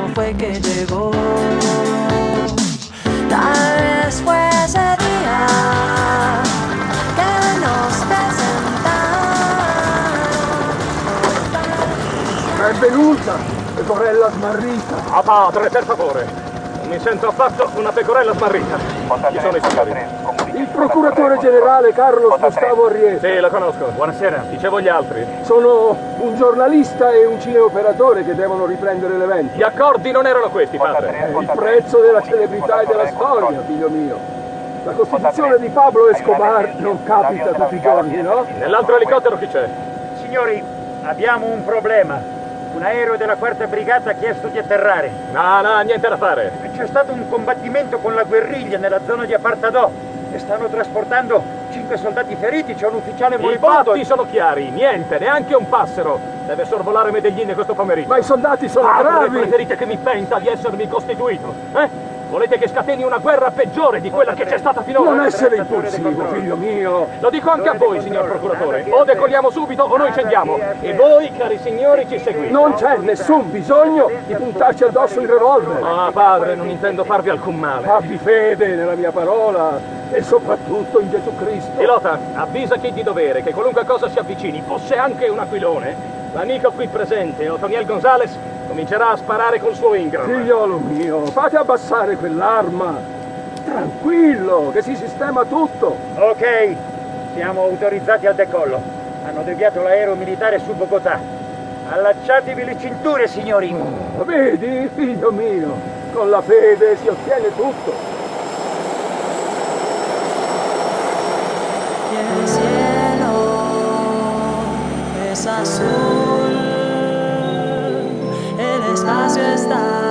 fue que llegó. Tal vez fue ese día que nos presentaron. Benvenuta, pecorella smarrita. Ah, padre, per favore. Non mi sento affatto una pecorella smarrita. Chi sono i signori? Il procuratore generale Carlos Gustavo Arrieta. Sì, lo conosco. Buonasera. Dicevo gli altri. Sono un giornalista e un cineoperatore che devono riprendere l'evento. Gli accordi non erano questi, padre. Il prezzo della celebrità e della storia, figlio mio. La costituzione di Pablo Escobar non capita tutti i giorni, no? Nell'altro elicottero chi c'è? Signori, abbiamo un problema. Un aereo della quarta brigata ha chiesto di atterrare. No, niente da fare. C'è stato un combattimento con la guerriglia nella zona di Apartadò e stanno trasportando 5 soldati feriti, c'è un ufficiale I moribondo. botti sono chiari, niente, neanche un passero. Deve sorvolare Medellin questo pomeriggio. Ma i soldati sono gravi! Preferite che mi penta di essermi costituito, eh? Volete che scateni una guerra peggiore di quella che c'è stata finora? Non essere impulsivo, figlio mio! Lo dico anche a voi, signor procuratore. O decolliamo subito o noi scendiamo. E voi, cari signori, ci seguite. Non c'è nessun bisogno di puntarci addosso il revolver. Ah, padre, non intendo farvi alcun male. Abbi fede nella mia parola e soprattutto in Gesù Cristo. Pilota, avvisa chi di dovere che qualunque cosa si avvicini, fosse anche un aquilone, l'amico qui presente, Otoniel Gonzales, comincerà a sparare col suo Ingram. Figliolo mio, fate abbassare quell'arma. Tranquillo, che si sistema tutto. Ok, siamo autorizzati al decollo. Hanno deviato l'aereo militare su Bogotà. Allacciatevi le cinture, signori. Vedi, figlio mio, con la fede si ottiene tutto. El cielo es azul, el espacio está